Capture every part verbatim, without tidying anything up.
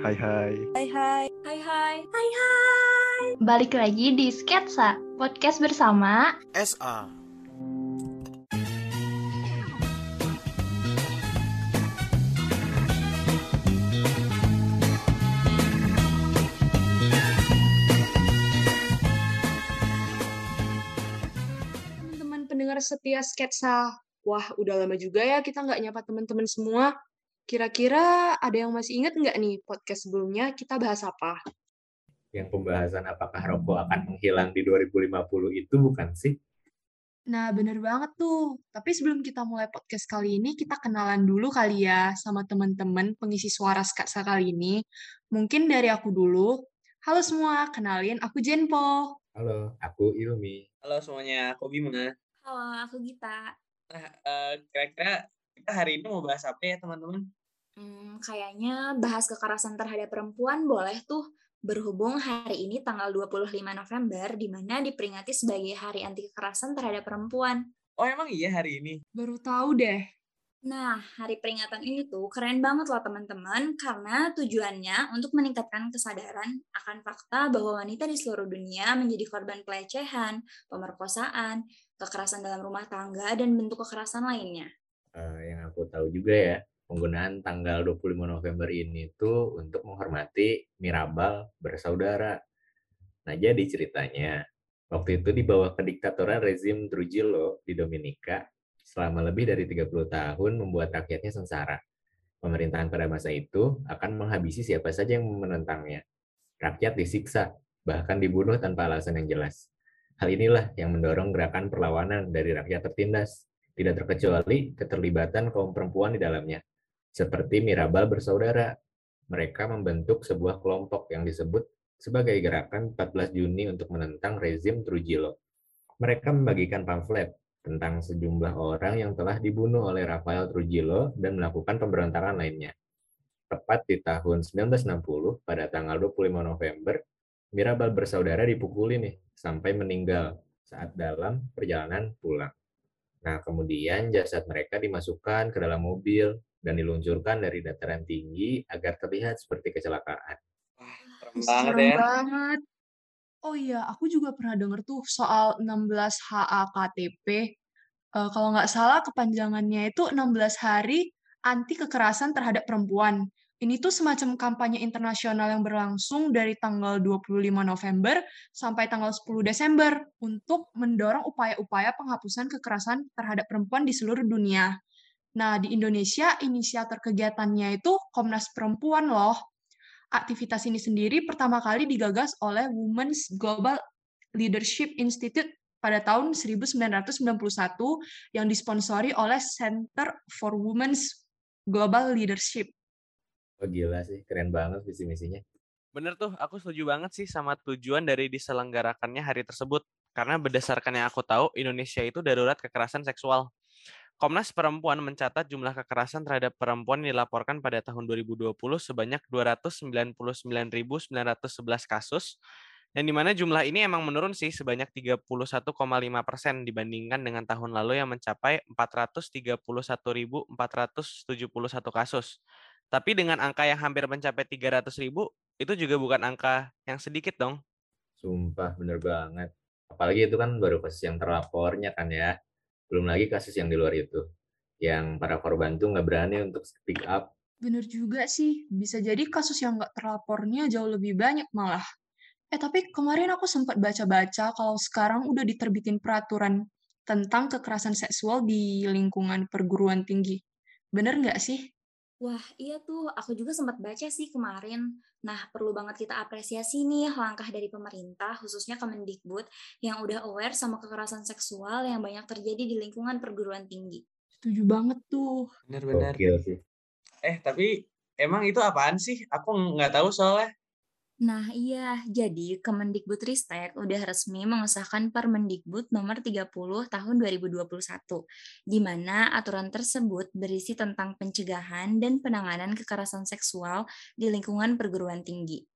Hai hai. Hai hai. Hai hai. Hai hai. Balik lagi di Sketsa, podcast bersama S A. Teman-teman pendengar setia Sketsa. Wah, udah lama juga ya kita nggak nyapa teman-teman semua. Kira-kira ada yang masih ingat nggak nih podcast sebelumnya kita bahas apa? Yang pembahasan apakah rokok akan menghilang di dua ribu lima puluh itu bukan sih? Nah, bener banget tuh. Tapi sebelum kita mulai podcast kali ini, kita kenalan dulu kali ya sama teman-teman pengisi suara Sketsa kali ini. Mungkin dari aku dulu. Halo semua, kenalin aku Jenpo. Halo, aku Ilmi. Halo semuanya, aku Bima. Halo, aku Gita. Nah, uh, kira-kira kita hari ini mau bahas apa ya teman-teman? Hmm, kayaknya bahas kekerasan terhadap perempuan boleh tuh. Berhubung hari ini tanggal dua puluh lima November, di mana diperingati sebagai Hari Anti Kekerasan Terhadap Perempuan. Oh emang iya hari ini? Baru tahu deh. Nah, hari peringatan ini tuh keren banget loh teman-teman, karena tujuannya untuk meningkatkan kesadaran akan fakta bahwa wanita di seluruh dunia menjadi korban pelecehan, pemerkosaan, kekerasan dalam rumah tangga, dan bentuk kekerasan lainnya. Uh, yang aku tahu juga ya, penggunaan tanggal dua puluh lima November ini tuh untuk menghormati Mirabal bersaudara. Nah, jadi ceritanya, waktu itu di bawah kediktatoran rezim Trujillo di Dominika, selama lebih dari tiga puluh tahun membuat rakyatnya sengsara. Pemerintahan pada masa itu akan menghabisi siapa saja yang menentangnya. Rakyat disiksa, bahkan dibunuh tanpa alasan yang jelas. Hal inilah yang mendorong gerakan perlawanan dari rakyat tertindas, tidak terkecuali keterlibatan kaum perempuan di dalamnya. Seperti Mirabal bersaudara, mereka membentuk sebuah kelompok yang disebut sebagai Gerakan empat belas Juni untuk menentang rezim Trujillo. Mereka membagikan pamflet tentang sejumlah orang yang telah dibunuh oleh Rafael Trujillo dan melakukan pemberontakan lainnya. Tepat di tahun sembilan belas enam puluh, pada tanggal dua puluh lima November, Mirabal bersaudara dipukuli nih sampai meninggal saat dalam perjalanan pulang. Nah, kemudian jasad mereka dimasukkan ke dalam mobil dan diluncurkan dari dataran tinggi agar terlihat seperti kecelakaan. Wah, Serem serem banget ya. banget. Oh iya, aku juga pernah denger tuh soal enam belas H A K T P. Uh, kalau nggak salah kepanjangannya itu enam belas Hari Anti Kekerasan Terhadap Perempuan. Ini tuh semacam kampanye internasional yang berlangsung dari tanggal dua puluh lima November sampai tanggal sepuluh Desember untuk mendorong upaya-upaya penghapusan kekerasan terhadap perempuan di seluruh dunia. Nah, di Indonesia, inisiator kegiatannya itu Komnas Perempuan loh. Aktivitas ini sendiri pertama kali digagas oleh Women's Global Leadership Institute pada tahun seribu sembilan ratus sembilan puluh satu yang disponsori oleh Center for Women's Global Leadership. Oh gila sih, keren banget visi misinya. Bener tuh, aku setuju banget sih sama tujuan dari diselenggarakannya hari tersebut. Karena berdasarkan yang aku tahu, Indonesia itu darurat kekerasan seksual. Komnas Perempuan mencatat jumlah kekerasan terhadap perempuan yang dilaporkan pada tahun dua ribu dua puluh sebanyak dua ratus sembilan puluh sembilan ribu sembilan ratus sebelas kasus, yang dimana jumlah ini emang menurun sih sebanyak tiga puluh satu koma lima persen dibandingkan dengan tahun lalu yang mencapai empat ratus tiga puluh satu ribu empat ratus tujuh puluh satu kasus. Tapi dengan angka yang hampir mencapai tiga ratus ribu, itu juga bukan angka yang sedikit dong. Sumpah, bener banget. Apalagi itu kan baru kasus yang terlapornya kan ya. Belum lagi kasus yang di luar itu, yang para korban tuh nggak berani untuk speak up. Bener juga sih, bisa jadi kasus yang nggak terlapornya jauh lebih banyak malah. Eh tapi kemarin aku sempat baca-baca kalau sekarang udah diterbitin peraturan tentang kekerasan seksual di lingkungan perguruan tinggi. Bener nggak sih? Wah, iya tuh. Aku juga sempat baca sih kemarin. Nah, perlu banget kita apresiasi nih langkah dari pemerintah, khususnya Kemendikbud, yang udah aware sama kekerasan seksual yang banyak terjadi di lingkungan perguruan tinggi. Setuju banget tuh. Bener-bener. Gokil sih. Eh, tapi emang itu apaan sih? Aku nggak tahu soalnya. Nah iya, jadi Kemendikbudristek udah resmi mengesahkan Permendikbud nomor tiga puluh tahun dua ribu dua puluh satu, di mana aturan tersebut berisi tentang pencegahan dan penanganan kekerasan seksual di lingkungan perguruan tinggi.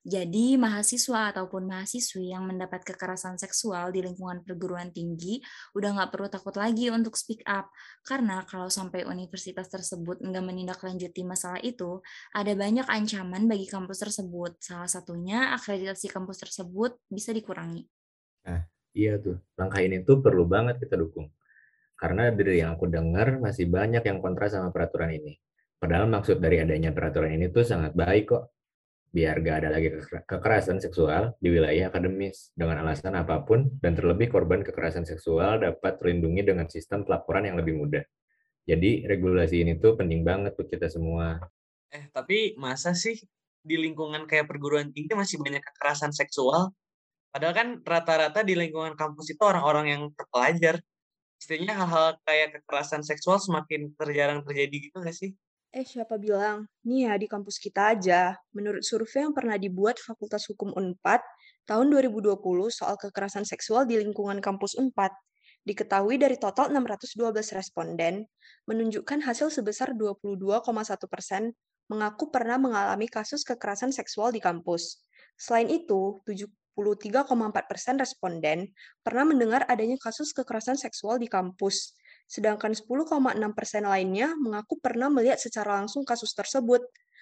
Jadi, mahasiswa ataupun mahasiswi yang mendapat kekerasan seksual di lingkungan perguruan tinggi udah nggak perlu takut lagi untuk speak up. Karena kalau sampai universitas tersebut nggak menindaklanjuti masalah itu, ada banyak ancaman bagi kampus tersebut. Salah satunya, akreditasi kampus tersebut bisa dikurangi. Nah, iya tuh. Langkah ini tuh perlu banget kita dukung. Karena dari yang aku dengar masih banyak yang kontra sama peraturan ini. Padahal maksud dari adanya peraturan ini tuh sangat baik kok. Biar gak ada lagi kekerasan seksual di wilayah akademis dengan alasan apapun, dan terlebih korban kekerasan seksual dapat terlindungi dengan sistem pelaporan yang lebih mudah. Jadi regulasi ini tuh penting banget buat kita semua. Eh, tapi masa sih di lingkungan kayak perguruan tinggi masih banyak kekerasan seksual? Padahal kan rata-rata di lingkungan kampus itu orang-orang yang terpelajar. Pastinya hal-hal kayak kekerasan seksual semakin terjarang terjadi gitu nggak sih? Eh, siapa bilang? Nih ya, di kampus kita aja. Menurut survei yang pernah dibuat Fakultas Hukum Unpad tahun dua ribu dua puluh soal kekerasan seksual di lingkungan kampus Unpad, diketahui dari total enam ratus dua belas responden, menunjukkan hasil sebesar dua puluh dua koma satu persen mengaku pernah mengalami kasus kekerasan seksual di kampus. Selain itu, tujuh puluh tiga koma empat persen responden pernah mendengar adanya kasus kekerasan seksual di kampus. Sedangkan sepuluh koma enam persen lainnya mengaku pernah melihat secara langsung kasus tersebut.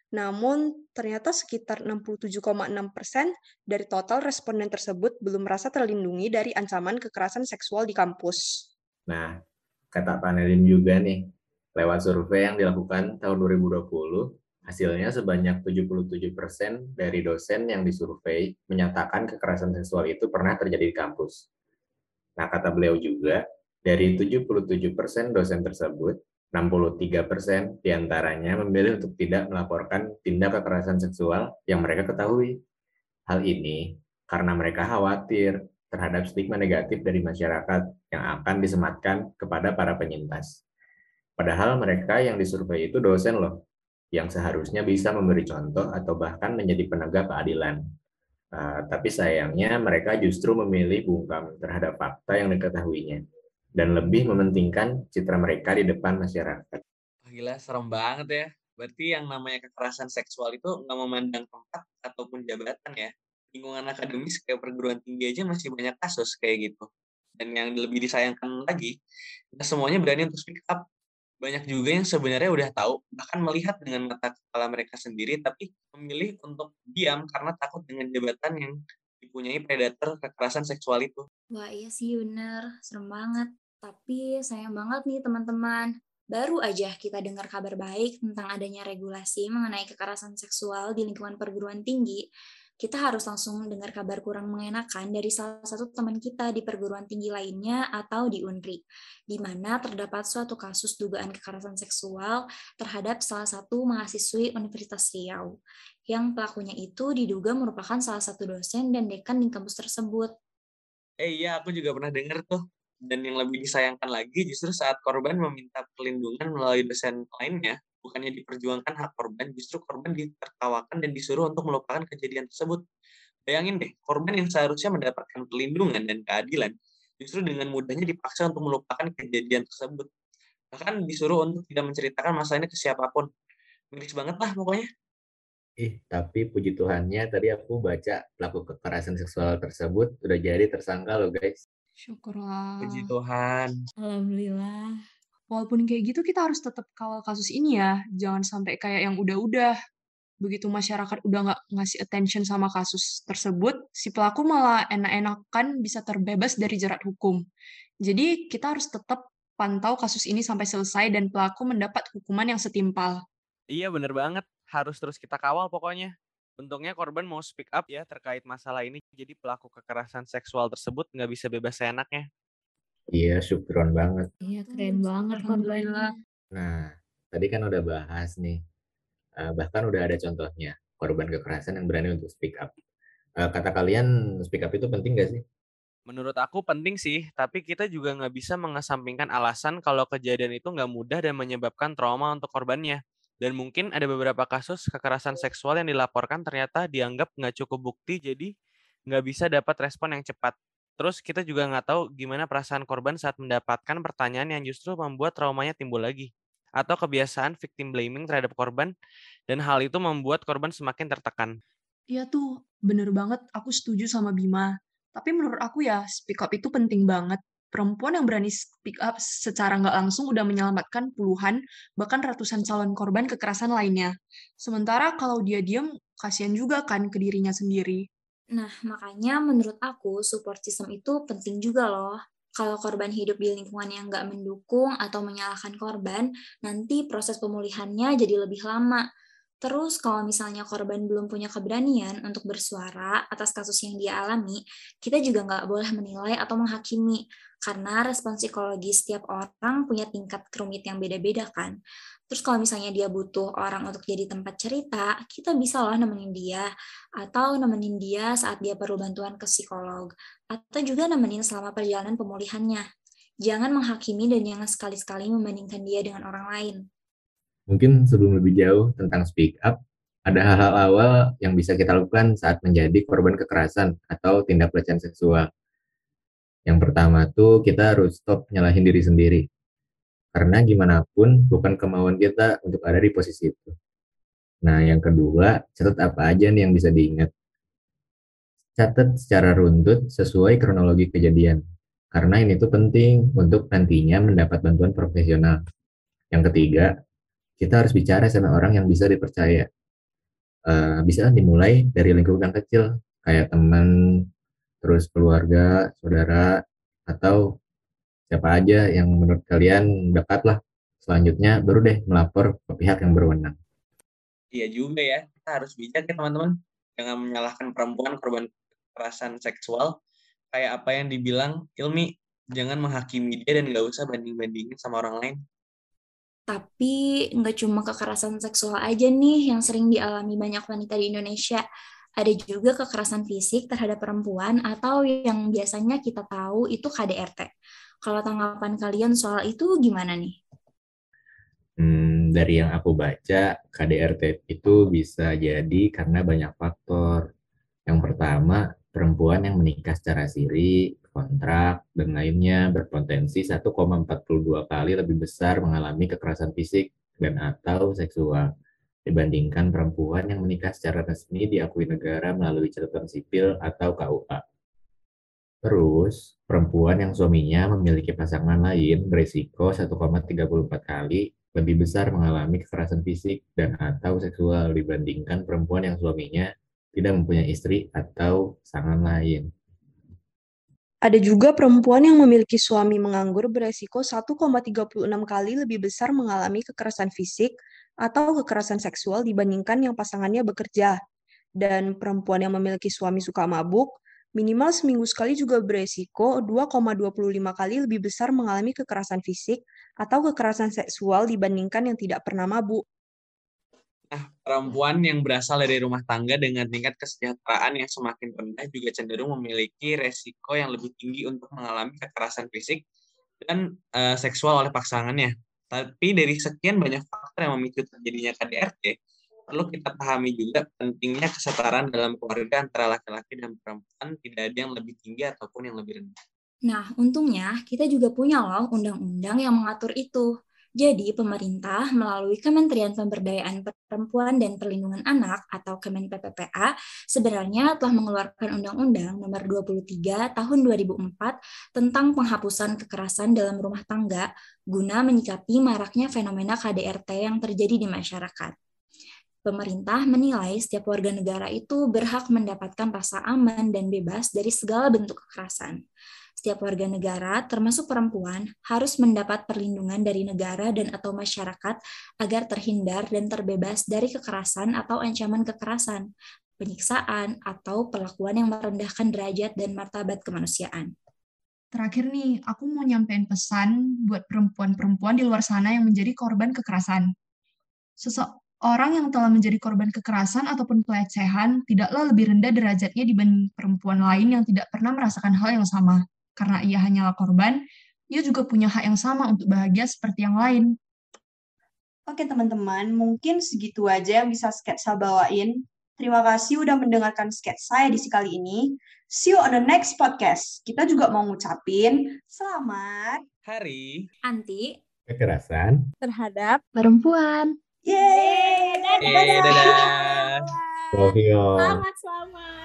Namun, ternyata sekitar enam puluh tujuh koma enam persen dari total responden tersebut belum merasa terlindungi dari ancaman kekerasan seksual di kampus. Nah, kata panelin juga nih, lewat survei yang dilakukan tahun dua ribu dua puluh, hasilnya sebanyak tujuh puluh tujuh persen dari dosen yang disurvei menyatakan kekerasan seksual itu pernah terjadi di kampus. Nah, kata beliau juga, dari tujuh puluh tujuh persen dosen tersebut, enam puluh tiga persen diantaranya memilih untuk tidak melaporkan tindak kekerasan seksual yang mereka ketahui. Hal ini karena mereka khawatir terhadap stigma negatif dari masyarakat yang akan disematkan kepada para penyintas. Padahal mereka yang disurvei itu dosen loh, yang seharusnya bisa memberi contoh atau bahkan menjadi penegak keadilan. Uh, tapi sayangnya mereka justru memilih bungkam terhadap fakta yang diketahuinya dan lebih mementingkan citra mereka di depan masyarakat. Wah, gila, serem banget ya. Berarti yang namanya kekerasan seksual itu nggak memandang tempat ataupun jabatan ya. Lingkungan akademis kayak perguruan tinggi aja masih banyak kasus kayak gitu. Dan yang lebih disayangkan lagi, nggak semuanya berani untuk speak up. Banyak juga yang sebenarnya udah tahu, bahkan melihat dengan mata kepala mereka sendiri, tapi memilih untuk diam karena takut dengan jabatan yang dipunyai predator kekerasan seksual itu. Wah, iya sih bener, serem banget. Tapi sayang banget nih teman-teman. Baru aja kita dengar kabar baik tentang adanya regulasi mengenai kekerasan seksual di lingkungan perguruan tinggi. Kita harus langsung dengar kabar kurang mengenakan dari salah satu teman kita di perguruan tinggi lainnya atau di UNRI, di mana terdapat suatu kasus dugaan kekerasan seksual terhadap salah satu mahasiswi Universitas Riau, yang pelakunya itu diduga merupakan salah satu dosen dan dekan di kampus tersebut. Eh iya, aku juga pernah dengar tuh. Dan yang lebih disayangkan lagi justru saat korban meminta perlindungan melalui dosen lainnya, bukannya diperjuangkan hak korban, justru korban ditertawakan dan disuruh untuk melupakan kejadian tersebut. Bayangin deh, korban yang seharusnya mendapatkan perlindungan dan keadilan, justru dengan mudahnya dipaksa untuk melupakan kejadian tersebut. Bahkan disuruh untuk tidak menceritakan masalahnya ke siapapun. Miris banget lah pokoknya. Ih, tapi puji Tuhannya tadi aku baca pelaku kekerasan seksual tersebut udah jadi tersangka loh guys. Syukurlah. Puji Tuhan. Alhamdulillah. Walaupun kayak gitu, kita harus tetap kawal kasus ini ya. Jangan sampai kayak yang udah-udah. Begitu masyarakat udah nggak ngasih attention sama kasus tersebut, si pelaku malah enak-enakan bisa terbebas dari jerat hukum. Jadi kita harus tetap pantau kasus ini sampai selesai dan pelaku mendapat hukuman yang setimpal. Iya bener banget, harus terus kita kawal pokoknya. Untungnya korban mau speak up ya terkait masalah ini, jadi pelaku kekerasan seksual tersebut nggak bisa bebas seenaknya. Iya, syukuran banget. Iya, keren banget korbannya. Nah, tadi kan udah bahas nih, uh, bahkan udah ada contohnya, korban kekerasan yang berani untuk speak up. Uh, kata kalian, speak up itu penting nggak sih? Menurut aku penting sih, tapi kita juga nggak bisa mengesampingkan alasan kalau kejadian itu nggak mudah dan menyebabkan trauma untuk korbannya. Dan mungkin ada beberapa kasus kekerasan seksual yang dilaporkan ternyata dianggap nggak cukup bukti, jadi nggak bisa dapat respon yang cepat. Terus kita juga nggak tahu gimana perasaan korban saat mendapatkan pertanyaan yang justru membuat traumanya timbul lagi. Atau kebiasaan victim blaming terhadap korban, dan hal itu membuat korban semakin tertekan. Iya tuh, bener banget, aku setuju sama Bima. Tapi menurut aku ya, speak up itu penting banget. Perempuan yang berani speak up secara nggak langsung udah menyelamatkan puluhan, bahkan ratusan calon korban kekerasan lainnya. Sementara kalau dia diam, kasihan juga kan ke dirinya sendiri. Nah, makanya menurut aku support system itu penting juga loh. Kalau korban hidup di lingkungan yang nggak mendukung atau menyalahkan korban, nanti proses pemulihannya jadi lebih lama. Terus kalau misalnya korban belum punya keberanian untuk bersuara atas kasus yang dia alami, kita juga nggak boleh menilai atau menghakimi, karena respons psikologi setiap orang punya tingkat rumit yang beda-beda kan. Terus kalau misalnya dia butuh orang untuk jadi tempat cerita, kita bisa loh nemenin dia, atau nemenin dia saat dia perlu bantuan ke psikolog, atau juga nemenin selama perjalanan pemulihannya. Jangan menghakimi dan jangan sekali-sekali membandingkan dia dengan orang lain. Mungkin sebelum lebih jauh tentang speak up, ada hal-hal awal yang bisa kita lakukan saat menjadi korban kekerasan atau tindak pelecehan seksual. Yang pertama tuh kita harus stop nyalahin diri sendiri. Karena gimana pun bukan kemauan kita untuk ada di posisi itu. Nah, yang kedua, catat apa aja nih yang bisa diingat. Catat secara runtut sesuai kronologi kejadian. Karena ini tuh penting untuk nantinya mendapat bantuan profesional. Yang ketiga, kita harus bicara sama orang yang bisa dipercaya. Uh, bisa dimulai dari lingkungan kecil, kayak teman, terus keluarga, saudara, atau siapa aja yang menurut kalian dekat lah. Selanjutnya baru deh melapor ke pihak yang berwenang. Iya juga ya, kita harus bijak ya teman-teman. Jangan menyalahkan perempuan korban kekerasan seksual. Kayak apa yang dibilang Ilmi, jangan menghakimi dia dan gak usah banding-bandingin sama orang lain. Tapi nggak cuma kekerasan seksual aja nih yang sering dialami banyak wanita di Indonesia. Ada juga kekerasan fisik terhadap perempuan atau yang biasanya kita tahu itu K D R T. Kalau tanggapan kalian soal itu gimana nih? Hmm, dari yang aku baca, K D R T itu bisa jadi karena banyak faktor. Yang pertama, perempuan yang menikah secara siri, kontrak, dan lainnya berpotensi satu koma empat puluh dua kali lebih besar mengalami kekerasan fisik dan atau seksual dibandingkan perempuan yang menikah secara resmi diakui negara melalui catatan sipil atau K U A. Terus, perempuan yang suaminya memiliki pasangan lain berisiko satu koma tiga puluh empat kali lebih besar mengalami kekerasan fisik dan atau seksual dibandingkan perempuan yang suaminya tidak mempunyai istri atau pasangan lain. Ada juga perempuan yang memiliki suami menganggur beresiko satu koma tiga puluh enam kali lebih besar mengalami kekerasan fisik atau kekerasan seksual dibandingkan yang pasangannya bekerja. Dan perempuan yang memiliki suami suka mabuk, minimal seminggu sekali juga beresiko dua koma dua puluh lima kali lebih besar mengalami kekerasan fisik atau kekerasan seksual dibandingkan yang tidak pernah mabuk. Nah, perempuan yang berasal dari rumah tangga dengan tingkat kesejahteraan yang semakin rendah juga cenderung memiliki resiko yang lebih tinggi untuk mengalami kekerasan fisik dan uh, seksual oleh pasangannya. Tapi dari sekian banyak faktor yang memicu terjadinya K D R T, perlu kita pahami juga pentingnya kesetaraan dalam keluarga antara laki-laki dan perempuan, tidak ada yang lebih tinggi ataupun yang lebih rendah. Nah, untungnya kita juga punya loh undang-undang yang mengatur itu. Jadi, pemerintah melalui Kementerian Pemberdayaan Perempuan dan Perlindungan Anak atau Kemen P P P A sebenarnya telah mengeluarkan Undang-Undang Nomor dua puluh tiga Tahun dua ribu empat tentang penghapusan kekerasan dalam rumah tangga guna menyikapi maraknya fenomena K D R T yang terjadi di masyarakat. Pemerintah menilai setiap warga negara itu berhak mendapatkan rasa aman dan bebas dari segala bentuk kekerasan. Setiap warga negara, termasuk perempuan, harus mendapat perlindungan dari negara dan atau masyarakat agar terhindar dan terbebas dari kekerasan atau ancaman kekerasan, penyiksaan, atau perlakuan yang merendahkan derajat dan martabat kemanusiaan. Terakhir nih, aku mau nyampein pesan buat perempuan-perempuan di luar sana yang menjadi korban kekerasan. Seseorang yang telah menjadi korban kekerasan ataupun pelecehan tidaklah lebih rendah derajatnya dibanding perempuan lain yang tidak pernah merasakan hal yang sama. Karena ia hanyalah korban, ia juga punya hak yang sama untuk bahagia seperti yang lain. Oke teman-teman, mungkin segitu aja yang bisa sketsa bawain. Terima kasih udah mendengarkan sketsa edisi kali ini. See you on the next podcast. Kita juga mau ngucapin selamat Hari Anti Kekerasan terhadap perempuan. Yeay! Eh, dadah. Selamat siang. Selamat, selamat.